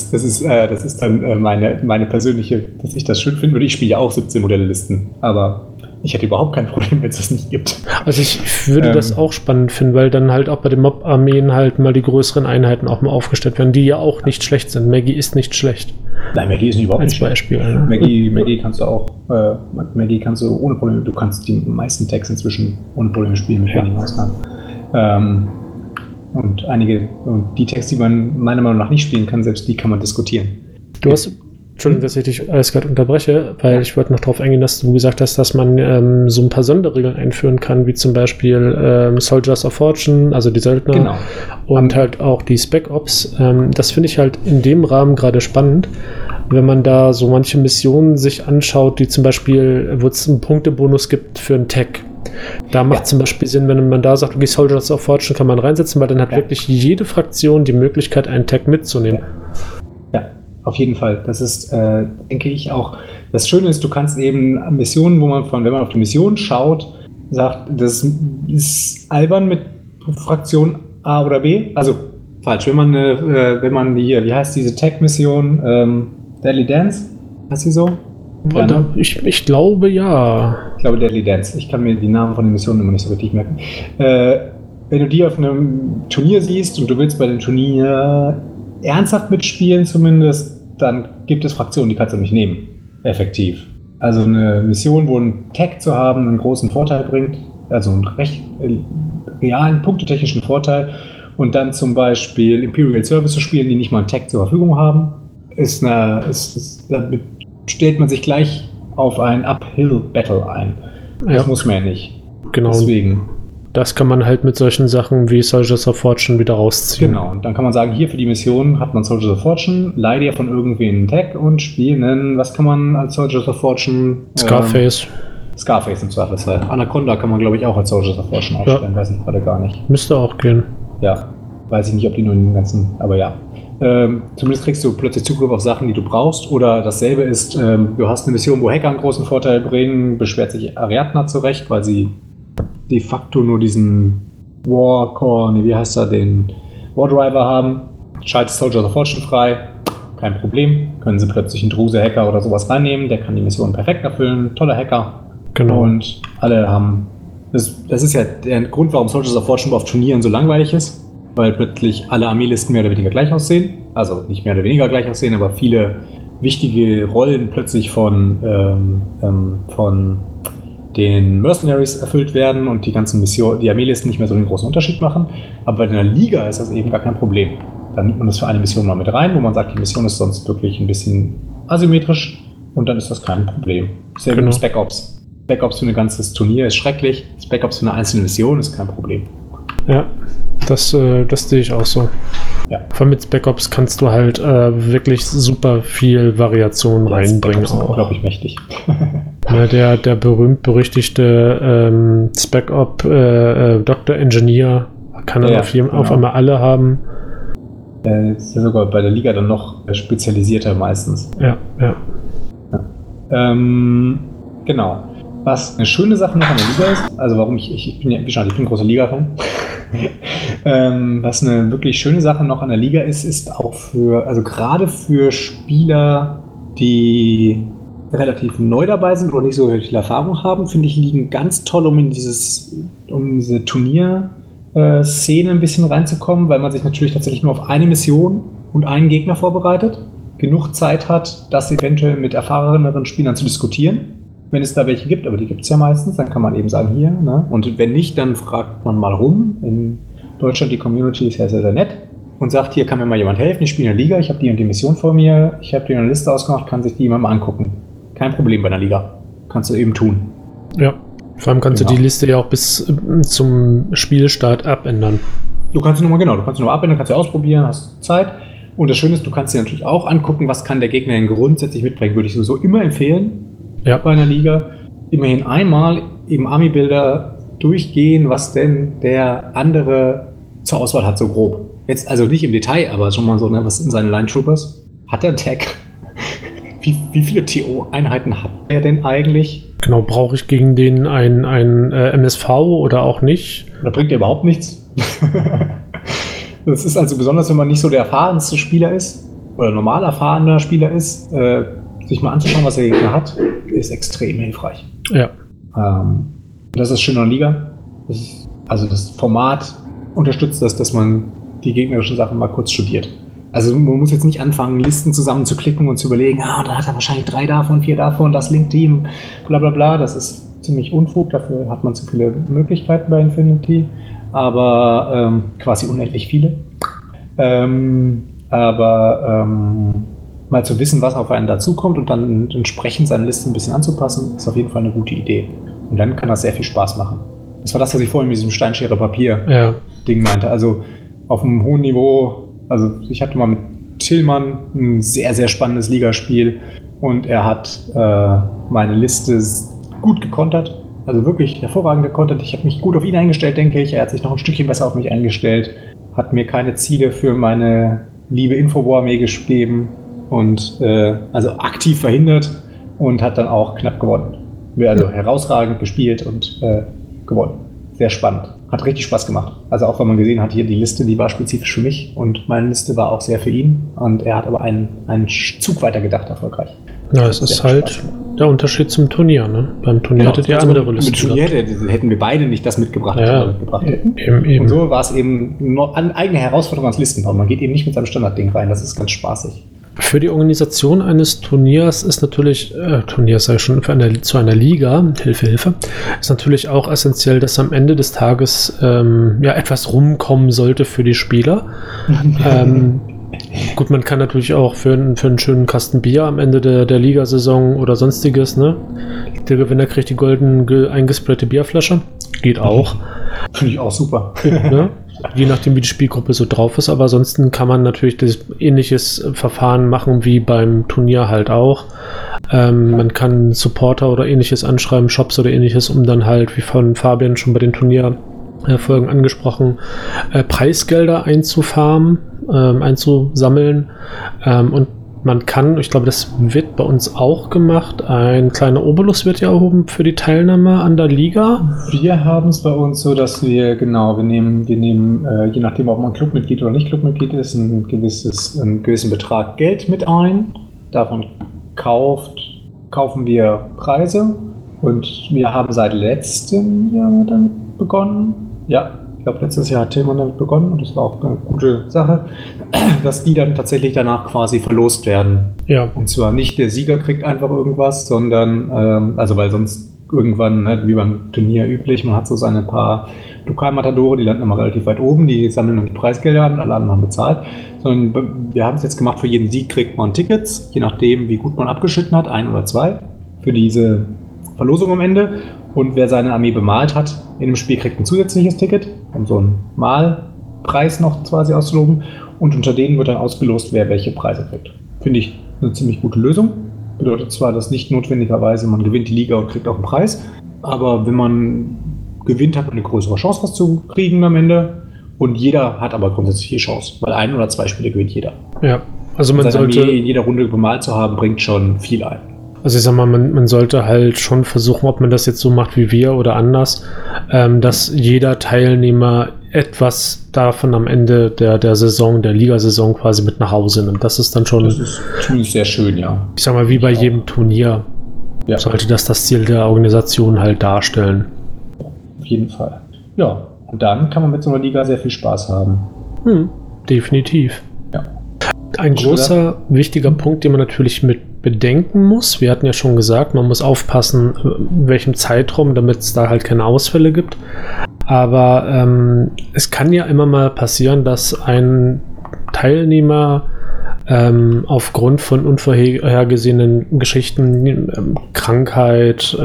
ist dann meine persönliche, dass ich das schön finde, und ich spiele ja auch 17 Modelle-Listen, aber ich hätte überhaupt kein Problem, wenn es das nicht gibt. Also ich würde das auch spannend finden, weil dann halt auch bei den Mob-Armeen halt mal die größeren Einheiten auch mal aufgestellt werden, die ja auch nicht schlecht sind. Maggie ist nicht schlecht. Nein, Maggie ist nicht überhaupt nicht schlecht. Ne? Maggie kannst du auch, Maggie kannst du ohne Probleme, du kannst die meisten Tags inzwischen ohne Probleme spielen, mit wenigen Ausnahmen. Und die Tags, die man meiner Meinung nach nicht spielen kann, selbst die kann man diskutieren. Entschuldigung, dass ich dich alles gerade unterbreche, weil ich wollte noch darauf eingehen, dass du gesagt hast, dass man so ein paar Sonderregeln einführen kann, wie zum Beispiel Soldiers of Fortune, also die Söldner, genau. Und halt auch die Spec Ops. Das finde ich halt in dem Rahmen gerade spannend, wenn man da so manche Missionen sich anschaut, die zum Beispiel, wo es einen Punktebonus gibt für einen Tag. Da macht zum Beispiel Sinn, wenn man da sagt, okay, Soldiers of Fortune kann man reinsetzen, weil dann hat wirklich jede Fraktion die Möglichkeit, einen Tag mitzunehmen. Ja. Auf jeden Fall. Das ist, denke ich, auch. Das Schöne ist, du kannst eben Missionen, wenn man auf die Mission schaut, sagt, das ist albern mit Fraktion A oder B. Also falsch. Wenn man hier, wie heißt diese Tag-Mission? Deadly Dance? Heißt sie so? Ich glaube, ja. Ich glaube, Deadly Dance. Ich kann mir die Namen von den Missionen immer nicht so richtig merken. Wenn du die auf einem Turnier siehst und du willst bei dem Turnier ernsthaft mitspielen zumindest, dann gibt es Fraktionen, die kannst du nicht nehmen. Effektiv. Also eine Mission, wo ein Tag zu haben einen großen Vorteil bringt, also einen recht realen, punktetechnischen Vorteil, und dann zum Beispiel Imperial Service zu spielen, die nicht mal einen Tag zur Verfügung haben, damit stellt man sich gleich auf ein Uphill-Battle ein. Das muss man ja nicht. Genau. Deswegen. Das kann man halt mit solchen Sachen wie Soldiers of Fortune wieder rausziehen. Genau, und dann kann man sagen, hier für die Mission hat man Soldiers of Fortune, leih dir von irgendwem einen Tag und spielen. Was kann man als Soldiers of Fortune? Scarface. Scarface im Zweifelsfall. Anaconda kann man, glaube ich, auch als Soldiers of Fortune aufstellen, weiß ich gerade gar nicht. Müsste auch gehen. Ja, weiß ich nicht, ob die nur in den ganzen, aber ja. Zumindest kriegst du plötzlich Zugriff auf Sachen, die du brauchst, oder dasselbe ist, du hast eine Mission, wo Hacker einen großen Vorteil bringen, beschwert sich Ariadna zurecht, weil sie de facto nur diesen den Wardriver haben, schaltet Soldiers of Fortune frei, kein Problem, können sie plötzlich einen Druse-Hacker oder sowas reinnehmen, der kann die Mission perfekt erfüllen, toller Hacker. Genau. Und alle haben, das ist ja der Grund, warum Soldiers of Fortune auf Turnieren so langweilig ist, weil plötzlich alle Armeelisten mehr oder weniger gleich aussehen, also nicht mehr oder weniger gleich aussehen, aber viele wichtige Rollen plötzlich von den Mercenaries erfüllt werden und die ganzen Missionen, die Armeelisten nicht mehr so einen großen Unterschied machen. Aber bei einer Liga ist das eben gar kein Problem. Dann nimmt man das für eine Mission mal mit rein, wo man sagt, die Mission ist sonst wirklich ein bisschen asymmetrisch, und dann ist das kein Problem. Sehr genau. Spec Ops. Spec Ops für ein ganzes Turnier ist schrecklich. Spec Ops für eine einzelne Mission ist kein Problem. Ja, das sehe ich auch so. Ja. Vor allem mit Spec Ops kannst du halt wirklich super viel Variation reinbringen. Spec Ops ist unglaublich mächtig. Ja, der berühmt-berüchtigte Spec-Op Dr. Engineer kann dann auf einmal alle haben. Ist ja sogar bei der Liga dann noch spezialisierter meistens. Ja. Genau. Was eine schöne Sache noch an der Liga ist, also warum ich bin ein großer Liga-Fan. Was eine wirklich schöne Sache noch an der Liga ist auch gerade für Spieler, die relativ neu dabei sind oder nicht so viel Erfahrung haben, finde ich, liegen ganz toll, um diese Turnier-Szene ein bisschen reinzukommen, weil man sich natürlich tatsächlich nur auf eine Mission und einen Gegner vorbereitet, genug Zeit hat, das eventuell mit erfahreneren Spielern zu diskutieren, wenn es da welche gibt, aber die gibt es ja meistens, dann kann man eben sagen, hier, ne? Und wenn nicht, dann fragt man mal rum. In Deutschland, die Community ist ja sehr, sehr nett und sagt, hier kann mir mal jemand helfen, ich spiele in der Liga, ich habe die und die Mission vor mir, ich habe dir eine Liste ausgemacht, kann sich die jemand mal angucken. Kein Problem bei einer Liga. Kannst du eben tun. Ja, vor allem kannst du die Liste ja auch bis zum Spielstart abändern. Du kannst nur abändern, kannst du ausprobieren, hast Zeit. Und das Schöne ist, du kannst dir natürlich auch angucken, was kann der Gegner denn grundsätzlich mitbringen. Würde ich sowieso immer empfehlen, bei einer Liga. Immerhin einmal im Army-Builder durchgehen, was denn der andere zur Auswahl hat, so grob. Jetzt also nicht im Detail, aber schon mal so, ne, was in seinen Line Troopers. Hat er einen Tag? Wie viele TO-Einheiten hat er denn eigentlich? Genau, brauche ich gegen den ein MSV oder auch nicht? Da bringt er überhaupt nichts. Das ist also besonders, wenn man nicht so der erfahrenste Spieler ist oder normal erfahrener Spieler ist, sich mal anzuschauen, was der Gegner hat, ist extrem hilfreich. Ja. Das ist schön an der Liga. Das Format unterstützt das, dass man die gegnerischen Sachen mal kurz studiert. Also man muss jetzt nicht anfangen, Listen zusammenzuklicken und zu überlegen, da hat er wahrscheinlich 3 davon, 4 davon, das Link-Team, bla bla bla. Das ist ziemlich Unfug, dafür hat man zu viele Möglichkeiten bei Infinity, aber quasi unendlich viele. Mal zu wissen, was auf einen dazukommt und dann entsprechend seine Liste ein bisschen anzupassen, ist auf jeden Fall eine gute Idee. Und dann kann das sehr viel Spaß machen. Das war das, was ich vorhin mit diesem Steinschere-Papier-Ding meinte. Also auf einem hohen Niveau. Also ich hatte mal mit Tillmann ein sehr, sehr spannendes Ligaspiel und er hat meine Liste gut gekontert, also wirklich hervorragend gekontert. Ich habe mich gut auf ihn eingestellt, denke ich. Er hat sich noch ein Stückchen besser auf mich eingestellt, hat mir keine Ziele für meine liebe Infowar-Armee gegeben und also aktiv verhindert und hat dann auch knapp gewonnen. Also herausragend gespielt und gewonnen. Sehr spannend. Hat richtig Spaß gemacht. Also auch, wenn man gesehen hat, hier die Liste, die war spezifisch für mich und meine Liste war auch sehr für ihn und er hat aber einen Zug weiter gedacht, erfolgreich. Ja, es ist halt der Unterschied zum Turnier, ne? Beim Turnier hättet ihr andere Listen. Mit Turnier hätten wir beide nicht das mitgebracht, was wir mitgebracht hätten. Eben. Und so war es eben nur eine eigene Herausforderung ans Listenbauen. Man geht eben nicht mit seinem Standardding rein, das ist ganz spaßig. Für die Organisation eines Turniers ist natürlich, zu einer Liga, Hilfe, ist natürlich auch essentiell, dass am Ende des Tages etwas rumkommen sollte für die Spieler. Gut, man kann natürlich auch für einen schönen Kasten Bier am Ende der Ligasaison oder sonstiges, ne? Der Gewinner kriegt die golden eingesprayte Bierflasche. Geht auch. Finde ich auch super. Ne? Je nachdem, wie die Spielgruppe so drauf ist, aber ansonsten kann man natürlich das ähnliches Verfahren machen wie beim Turnier halt auch. Man kann Supporter oder ähnliches anschreiben, Shops oder ähnliches, um dann halt, wie von Fabian schon bei den Turnierfolgen angesprochen, Preisgelder einzusammeln. Und man kann, ich glaube, das wird bei uns auch gemacht, ein kleiner Obolus wird ja erhoben für die Teilnahme an der Liga. Wir haben es bei uns so, dass wir nehmen, je nachdem, ob man Clubmitglied oder nicht Clubmitglied ist, einen gewissen Betrag Geld mit ein. Davon kaufen wir Preise und wir haben seit letztem Jahr dann begonnen. Ja, ich glaube, letztes Jahr hat Tillmann damit begonnen und das war auch eine gute Sache, dass die dann tatsächlich danach quasi verlost werden. Ja. Und zwar nicht der Sieger kriegt einfach irgendwas, sondern, weil sonst irgendwann, wie beim Turnier üblich, man hat so seine paar Lokalmatadore, die landen immer relativ weit oben, die sammeln dann die Preisgelder an, alle anderen haben bezahlt. Sondern wir haben es jetzt gemacht, für jeden Sieg kriegt man Tickets, je nachdem, wie gut man abgeschnitten hat, 1 oder 2, für diese Verlosung am Ende. Und wer seine Armee bemalt hat in dem Spiel, kriegt ein zusätzliches Ticket, um so einen Malpreis noch quasi auszuloben. Und unter denen wird dann ausgelost, wer welche Preise kriegt. Finde ich eine ziemlich gute Lösung. bedeutet zwar, dass nicht notwendigerweise man gewinnt die Liga und kriegt auch einen Preis, aber wenn man gewinnt, hat man eine größere Chance, was zu kriegen am Ende. Und jeder hat aber grundsätzlich die Chance, weil 1 oder 2 Spiele gewinnt jeder. Ja, also man sollte in jeder Runde bemalt zu haben, bringt schon viel ein. Also ich sag mal, man sollte halt schon versuchen, ob man das jetzt so macht wie wir oder anders, dass jeder Teilnehmer etwas davon am Ende der Saison, der Ligasaison quasi mit nach Hause nimmt. Das ist dann schon... Das ist ziemlich sehr schön, ja. Ich sag mal, wie bei jedem Turnier sollte das Ziel der Organisation halt darstellen. Auf jeden Fall. Ja, und dann kann man mit so einer Liga sehr viel Spaß haben. Definitiv. Ja. Ein großer, wichtiger Punkt, den man natürlich mit bedenken muss. Wir hatten ja schon gesagt, man muss aufpassen, in welchem Zeitraum, damit es da halt keine Ausfälle gibt. Aber es kann ja immer mal passieren, dass ein Teilnehmer aufgrund von unvorhergesehenen Geschichten, Krankheit,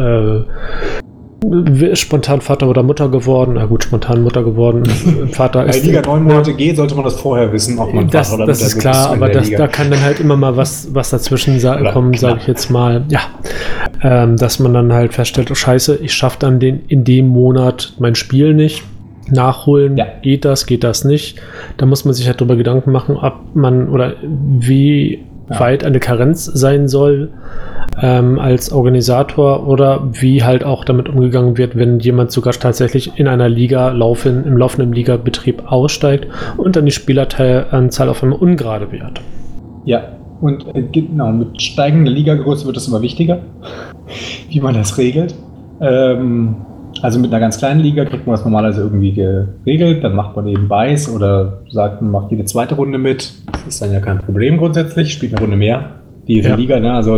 spontan Vater oder Mutter geworden. Na gut, spontan Mutter geworden. Vater ist. Wenn die Liga 9 Monate geht, sollte man das vorher wissen, ob man Vater oder Mutter ist. Das ist klar, aber da kann dann halt immer mal was dazwischen kommen, sage ich jetzt mal. Ja, dass man dann halt feststellt, oh Scheiße, ich schaffe dann in dem Monat mein Spiel nicht. Nachholen, geht das nicht. Da muss man sich halt darüber Gedanken machen, ob man oder wie weit eine Karenz sein soll als Organisator oder wie halt auch damit umgegangen wird, wenn jemand sogar tatsächlich in einer Liga im laufenden Ligabetrieb aussteigt und dann die Spieleranzahl auf einmal ungerade wird. Ja, und genau, mit steigender Ligagröße wird es immer wichtiger, wie man das regelt. Also mit einer ganz kleinen Liga kriegt man das normalerweise irgendwie geregelt, dann macht man eben Weiß oder sagt, man macht jede zweite Runde mit. Das ist dann ja kein Problem grundsätzlich, spielt eine Runde mehr. Die Liga, ne? Also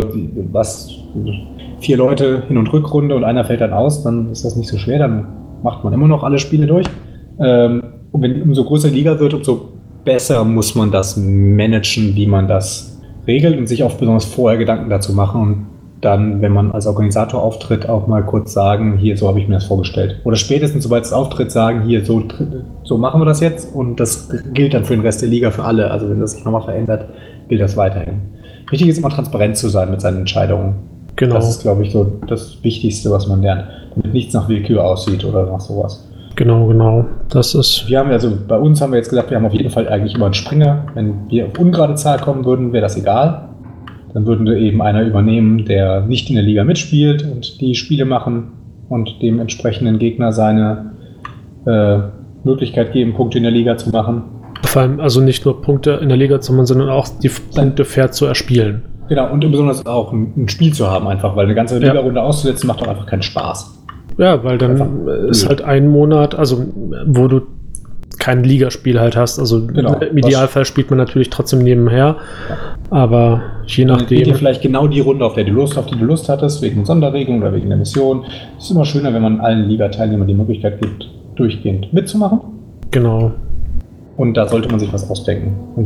4 Leute Hin- und Rückrunde und einer fällt dann aus, dann ist das nicht so schwer, dann macht man immer noch alle Spiele durch. Und umso größer die Liga wird, umso besser muss man das managen, wie man das regelt und sich auch besonders vorher Gedanken dazu machen und dann, wenn man als Organisator auftritt, auch mal kurz sagen, hier, so habe ich mir das vorgestellt. Oder spätestens, sobald es auftritt, sagen, hier, so machen wir das jetzt und das gilt dann für den Rest der Liga, für alle. Also wenn das sich nochmal verändert, gilt das weiterhin. Wichtig ist immer transparent zu sein mit seinen Entscheidungen. Genau. Das ist, glaube ich, so das Wichtigste, was man lernt. Damit nichts nach Willkür aussieht oder nach sowas. Genau. Das ist. Bei uns haben wir jetzt gesagt, wir haben auf jeden Fall eigentlich immer einen Springer. Wenn wir auf ungerade Zahl kommen würden, wäre das egal. Dann würden wir eben einer übernehmen, der nicht in der Liga mitspielt und die Spiele machen und dem entsprechenden Gegner seine Möglichkeit geben, Punkte in der Liga zu machen. Vor allem also nicht nur Punkte in der Liga zu machen, sondern auch die Punkte fair zu erspielen. Genau, und besonders auch ein Spiel zu haben einfach, weil eine ganze Liga-Runde auszusetzen macht doch einfach keinen Spaß. Ja, weil dann ist halt ein Monat, also wo du kein Ligaspiel halt hast. Also im Idealfall spielt man natürlich trotzdem nebenher, aber je nachdem. Dann geht dir vielleicht genau die Runde, auf die du Lust hattest, wegen Sonderregelung oder wegen der Mission. Es ist immer schöner, wenn man allen Liga-Teilnehmern die Möglichkeit gibt, durchgehend mitzumachen. Genau. Und da sollte man sich was ausdenken. Und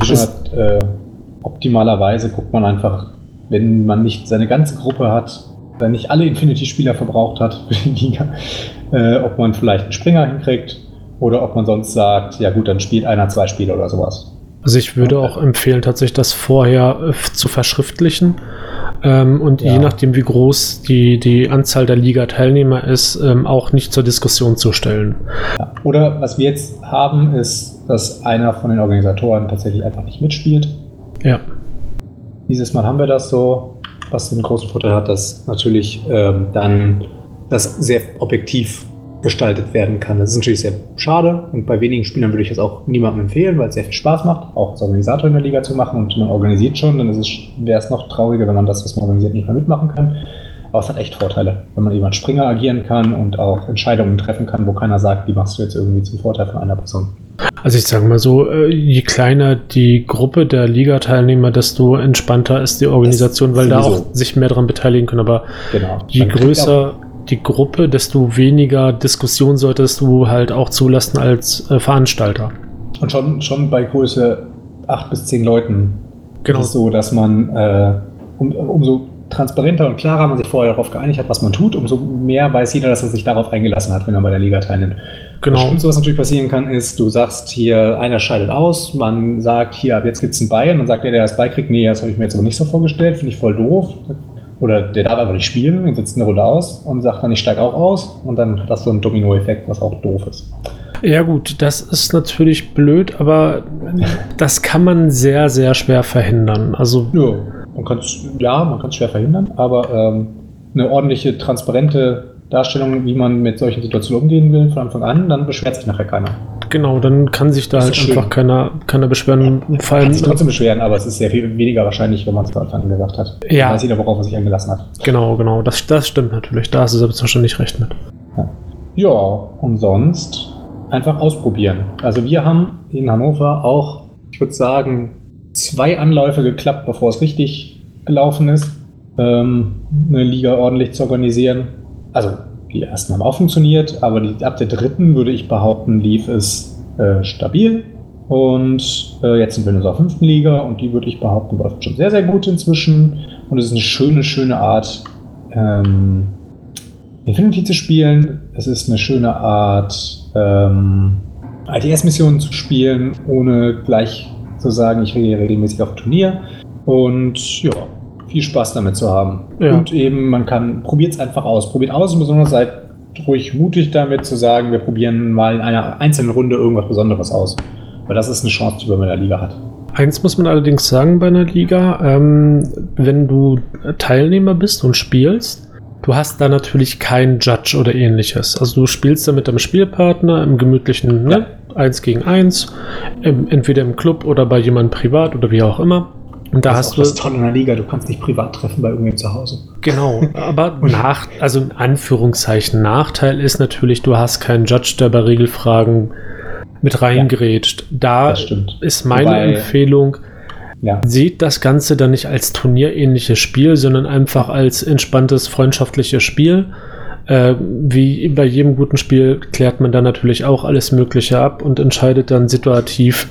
optimalerweise guckt man einfach, wenn man nicht seine ganze Gruppe hat, wenn nicht alle Infinity-Spieler verbraucht hat für die Liga, ob man vielleicht einen Springer hinkriegt oder ob man sonst sagt, ja gut, dann spielt einer 2 Spiele oder sowas. Also ich würde auch empfehlen, tatsächlich das vorher zu verschriftlichen und je nachdem, wie groß die Anzahl der Liga-Teilnehmer ist, auch nicht zur Diskussion zu stellen. Ja. Oder was wir jetzt haben, ist, dass einer von den Organisatoren tatsächlich einfach nicht mitspielt. Ja. Dieses Mal haben wir das so, was den großen Vorteil hat, dass natürlich dann das sehr objektiv gestaltet werden kann. Das ist natürlich sehr schade und bei wenigen Spielern würde ich das auch niemandem empfehlen, weil es sehr viel Spaß macht, auch als Organisator in der Liga zu machen und man organisiert schon, dann wäre es noch trauriger, wenn man das, was man organisiert, nicht mehr mitmachen kann. Aber es hat echt Vorteile, wenn man eben als Springer agieren kann und auch Entscheidungen treffen kann, wo keiner sagt, die machst du jetzt irgendwie zum Vorteil von einer Person. Also ich sage mal so, je kleiner die Gruppe der Liga-Teilnehmer, desto entspannter ist die Organisation, weil da auch sich mehr daran beteiligen können. Aber je größer die Gruppe, desto weniger Diskussion solltest du halt auch zulassen als Veranstalter. Und schon bei Größe 8 bis 10 Leuten ist es so, dass man umso transparenter und klarer man sich vorher darauf geeinigt hat, was man tut, umso mehr weiß jeder, dass er sich darauf eingelassen hat, wenn er bei der Liga teilnimmt. Genau. Das Schlimmste, was natürlich passieren kann, ist, du sagst hier, einer scheidet aus, man sagt hier, ab jetzt gibt es ein Buy, und dann sagt der das Buy kriegt, nee, das habe ich mir jetzt aber nicht so vorgestellt, finde ich voll doof. oder der darf aber nicht spielen, dann sitzt eine Runde aus und sagt dann, ich steige auch aus und dann hat das so einen Domino-Effekt, was auch doof ist. Ja gut, das ist natürlich blöd, aber das kann man sehr, sehr schwer verhindern. Also Ja, man kann es schwer verhindern, aber eine ordentliche, transparente Darstellung, wie man mit solchen Situationen umgehen will von Anfang an, dann beschwert sich nachher keiner. genau, dann kann sich da halt einfach keiner beschweren. Vor allem kann sich trotzdem beschweren, aber es ist sehr viel weniger wahrscheinlich, wenn man es von Anfang an gesagt hat. Ja. Weiß jeder, worauf er sich eingelassen hat. Genau, das stimmt natürlich. Da hast du selbstverständlich recht mit. Ja, und sonst einfach ausprobieren. Also wir haben in Hannover auch, ich würde sagen, 2 Anläufe geklappt, bevor es richtig gelaufen ist, eine Liga ordentlich zu organisieren. Also die ersten haben auch funktioniert, aber ab der 3. würde ich behaupten, lief es stabil. Und jetzt sind wir in unserer 5. Liga und die würde ich behaupten, läuft schon sehr, sehr gut inzwischen. Und es ist eine schöne Art, Infinity zu spielen. Es ist eine schöne Art, ITS-Missionen zu spielen, ohne gleich zu sagen, ich gehe regelmäßig auf ein Turnier. Und ja, viel Spaß damit zu haben. Ja. Und eben, probiert es einfach aus. Probiert aus und besonders seid ruhig mutig damit zu sagen, wir probieren mal in einer einzelnen Runde irgendwas Besonderes aus. Weil das ist eine Chance, die man in der Liga hat. Eins muss man allerdings sagen bei einer Liga, wenn du Teilnehmer bist und spielst, du hast da natürlich keinen Judge oder ähnliches. Also du spielst da mit deinem Spielpartner im gemütlichen 1 gegen 1, entweder im Club oder bei jemandem privat oder wie auch immer. Und da hast du das toll in der Liga, du kannst dich privat treffen bei irgendjemandem zu Hause. Genau, aber also in Anführungszeichen Nachteil ist natürlich, du hast keinen Judge, der bei Regelfragen mit reingrätscht. Da ist meine Empfehlung, seht das Ganze dann nicht als turnierähnliches Spiel, sondern einfach als entspanntes, freundschaftliches Spiel. Wie bei jedem guten Spiel klärt man dann natürlich auch alles Mögliche ab und entscheidet dann situativ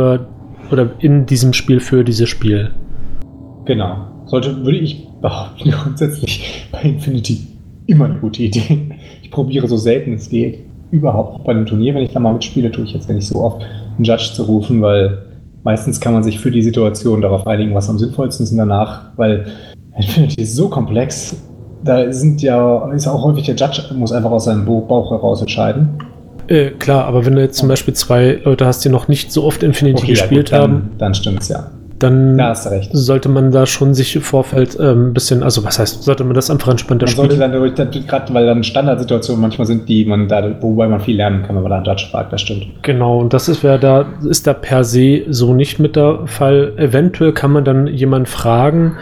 in diesem Spiel für dieses Spiel. Genau. Würde ich behaupten, grundsätzlich bei Infinity immer eine gute Idee. Ich probiere so selten es geht. Überhaupt auch bei einem Turnier, wenn ich da mal mitspiele, tue ich jetzt ja nicht so oft, einen Judge zu rufen, weil meistens kann man sich für die Situation darauf einigen, was am sinnvollsten ist und danach, weil Infinity ist so komplex, da ist auch häufig der Judge, muss einfach aus seinem Bauch heraus entscheiden. Klar, aber wenn du jetzt zum Beispiel 2 Leute hast, die noch nicht so oft Infinity gespielt haben, dann stimmt's ja. Dann da hast du recht. Sollte man da schon sich im Vorfeld ein bisschen, also was heißt, sollte man das einfach entspannter spielen? Man sollte dann, gerade weil dann Standardsituationen manchmal sind, wobei man viel lernen kann, wenn man da einen Judge fragt, das stimmt. Genau, und das ist da per se so nicht mit der Fall. Eventuell kann man dann jemanden fragen,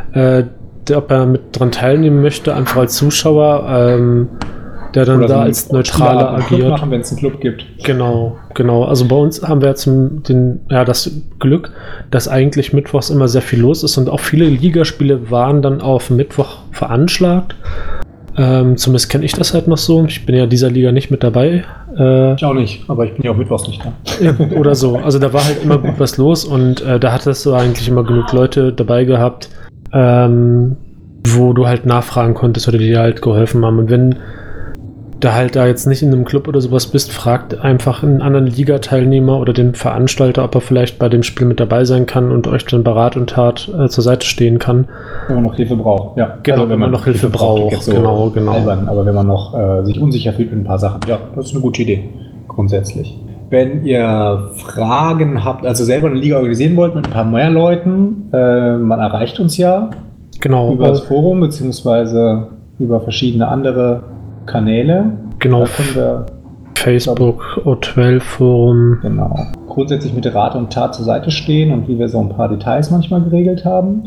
ob er mit dran teilnehmen möchte, einfach als Zuschauer, der dann da als Neutraler agiert. Machen, wenn es einen Club gibt. Genau. Also bei uns haben wir jetzt das Glück, dass eigentlich mittwochs immer sehr viel los ist und auch viele Ligaspiele waren dann auf Mittwoch veranschlagt. Zumindest kenne ich das halt noch so. Ich bin ja dieser Liga nicht mit dabei. Ich auch nicht, aber ich bin ja auch mittwochs nicht da. Oder so. Also da war halt immer gut was los und da hattest du eigentlich immer genug Leute dabei gehabt, wo du halt nachfragen konntest oder die dir halt geholfen haben. Und wenn da jetzt nicht in einem Club oder sowas bist, fragt einfach einen anderen Liga-Teilnehmer oder den Veranstalter, ob er vielleicht bei dem Spiel mit dabei sein kann und euch dann bei Rat und Tat zur Seite stehen kann. Wenn man noch Hilfe braucht, ja. Genau, also wenn man noch Hilfe braucht. So genau. Albern, aber wenn man noch sich unsicher fühlt mit ein paar Sachen, ja, das ist eine gute Idee, grundsätzlich. Wenn ihr Fragen habt, also selber eine Liga organisieren wollt mit ein paar mehr Leuten, man erreicht uns ja über das Forum, beziehungsweise über verschiedene andere Kanäle. Genau. Facebook, O12-Forum. Genau. Grundsätzlich mit Rat und Tat zur Seite stehen und wie wir so ein paar Details manchmal geregelt haben.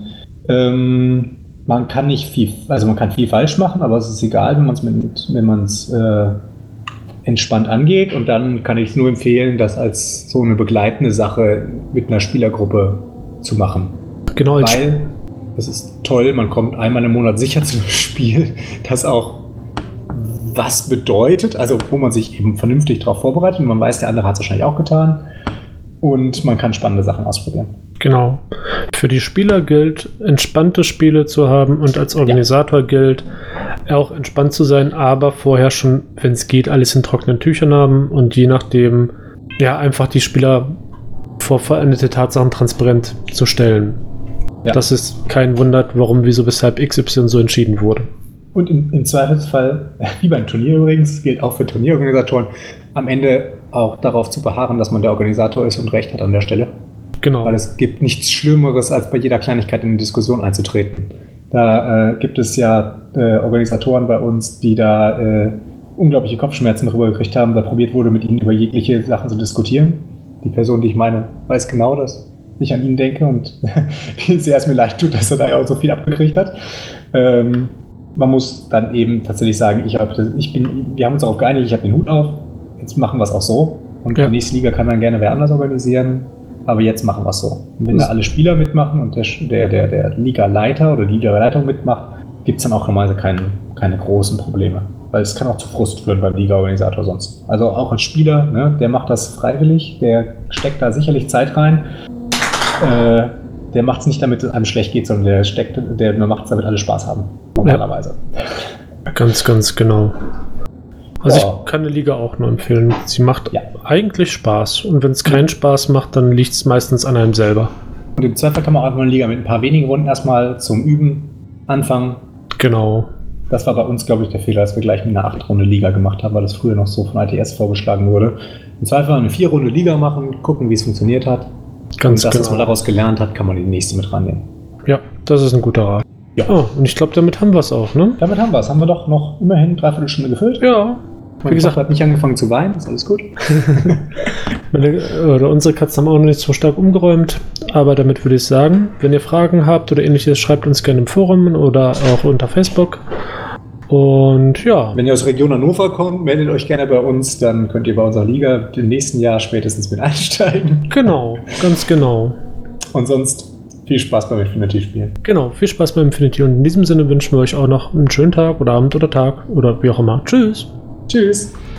Man kann viel falsch machen, aber es ist egal, wenn man es entspannt angeht. Und dann kann ich es nur empfehlen, das als so eine begleitende Sache mit einer Spielergruppe zu machen. Genau. Weil es ist toll, man kommt einmal im Monat sicher zu einem Spiel, das auch was bedeutet, also wo man sich eben vernünftig darauf vorbereitet und man weiß, der andere hat es wahrscheinlich auch getan und man kann spannende Sachen ausprobieren. Genau. Für die Spieler gilt, entspannte Spiele zu haben und als Organisator gilt, auch entspannt zu sein, aber vorher schon, wenn es geht, alles in trockenen Tüchern haben und je nachdem, einfach die Spieler vor veränderte Tatsachen transparent zu stellen. Ja. dass es keinen wundert, warum, wieso, weshalb XY so entschieden wurde. Und im Zweifelsfall, wie beim Turnier übrigens, gilt auch für Turnierorganisatoren, am Ende auch darauf zu beharren, dass man der Organisator ist und Recht hat an der Stelle. Genau. Weil es gibt nichts Schlimmeres, als bei jeder Kleinigkeit in eine Diskussion einzutreten. Da gibt es ja Organisatoren bei uns, die da unglaubliche Kopfschmerzen darüber gekriegt haben, weil probiert wurde, mit ihnen über jegliche Sachen zu diskutieren. Die Person, die ich meine, weiß genau, dass ich an ihn denke und sehr es mir leid tut, dass er da ja auch so viel abgekriegt hat. Man muss dann eben tatsächlich sagen, wir haben uns darauf geeinigt, ich habe den Hut auf, jetzt machen wir es auch so. Und die nächste Liga kann dann gerne wer anders organisieren, aber jetzt machen wir es so. Und wenn da alle Spieler mitmachen und der Liga-Leiter oder die Liga-Leitung mitmacht, gibt es dann auch normalerweise keine großen Probleme. Weil es kann auch zu Frust führen beim Liga-Organisator sonst. Also auch als Spieler, ne, der macht das freiwillig, der steckt da sicherlich Zeit rein. Der macht es nicht, damit es einem schlecht geht, sondern der macht es, damit alle Spaß haben. Normalerweise. Ja. Ganz, ganz genau. Also ich kann eine Liga auch nur empfehlen. Sie macht eigentlich Spaß. Und wenn es keinen Spaß macht, dann liegt es meistens an einem selber. Und im Zweifel kann man auch mal eine Liga mit ein paar wenigen Runden erstmal zum Üben anfangen. Genau. Das war bei uns, glaube ich, der Fehler, dass wir gleich mit einer 8-Runde-Liga gemacht haben, weil das früher noch so von ITS vorgeschlagen wurde. Im Zweifel eine 4-Runde-Liga machen, gucken, wie es funktioniert hat. Ganz und das, was man daraus gelernt hat, kann man in die nächste mit rannehmen. Ja, das ist ein guter Rat. Ja. Oh, und ich glaube, damit haben wir es auch, ne? Damit haben wir es. Haben wir doch noch immerhin 3/4 Stunde gefüllt. Ja. Wie gesagt, hat nicht angefangen zu weinen, ist alles gut. Unsere Katzen haben auch noch nicht so stark umgeräumt, aber damit würde ich sagen, wenn ihr Fragen habt oder ähnliches, schreibt uns gerne im Forum oder auch unter Facebook. Und ja. Wenn ihr aus Region Hannover kommt, meldet euch gerne bei uns, dann könnt ihr bei unserer Liga im nächsten Jahr spätestens mit einsteigen. Genau, ganz genau. Und sonst viel Spaß beim Infinity-Spielen. Genau, viel Spaß beim Infinity und in diesem Sinne wünschen wir euch auch noch einen schönen Tag oder Abend oder Tag oder wie auch immer. Tschüss. Tschüss.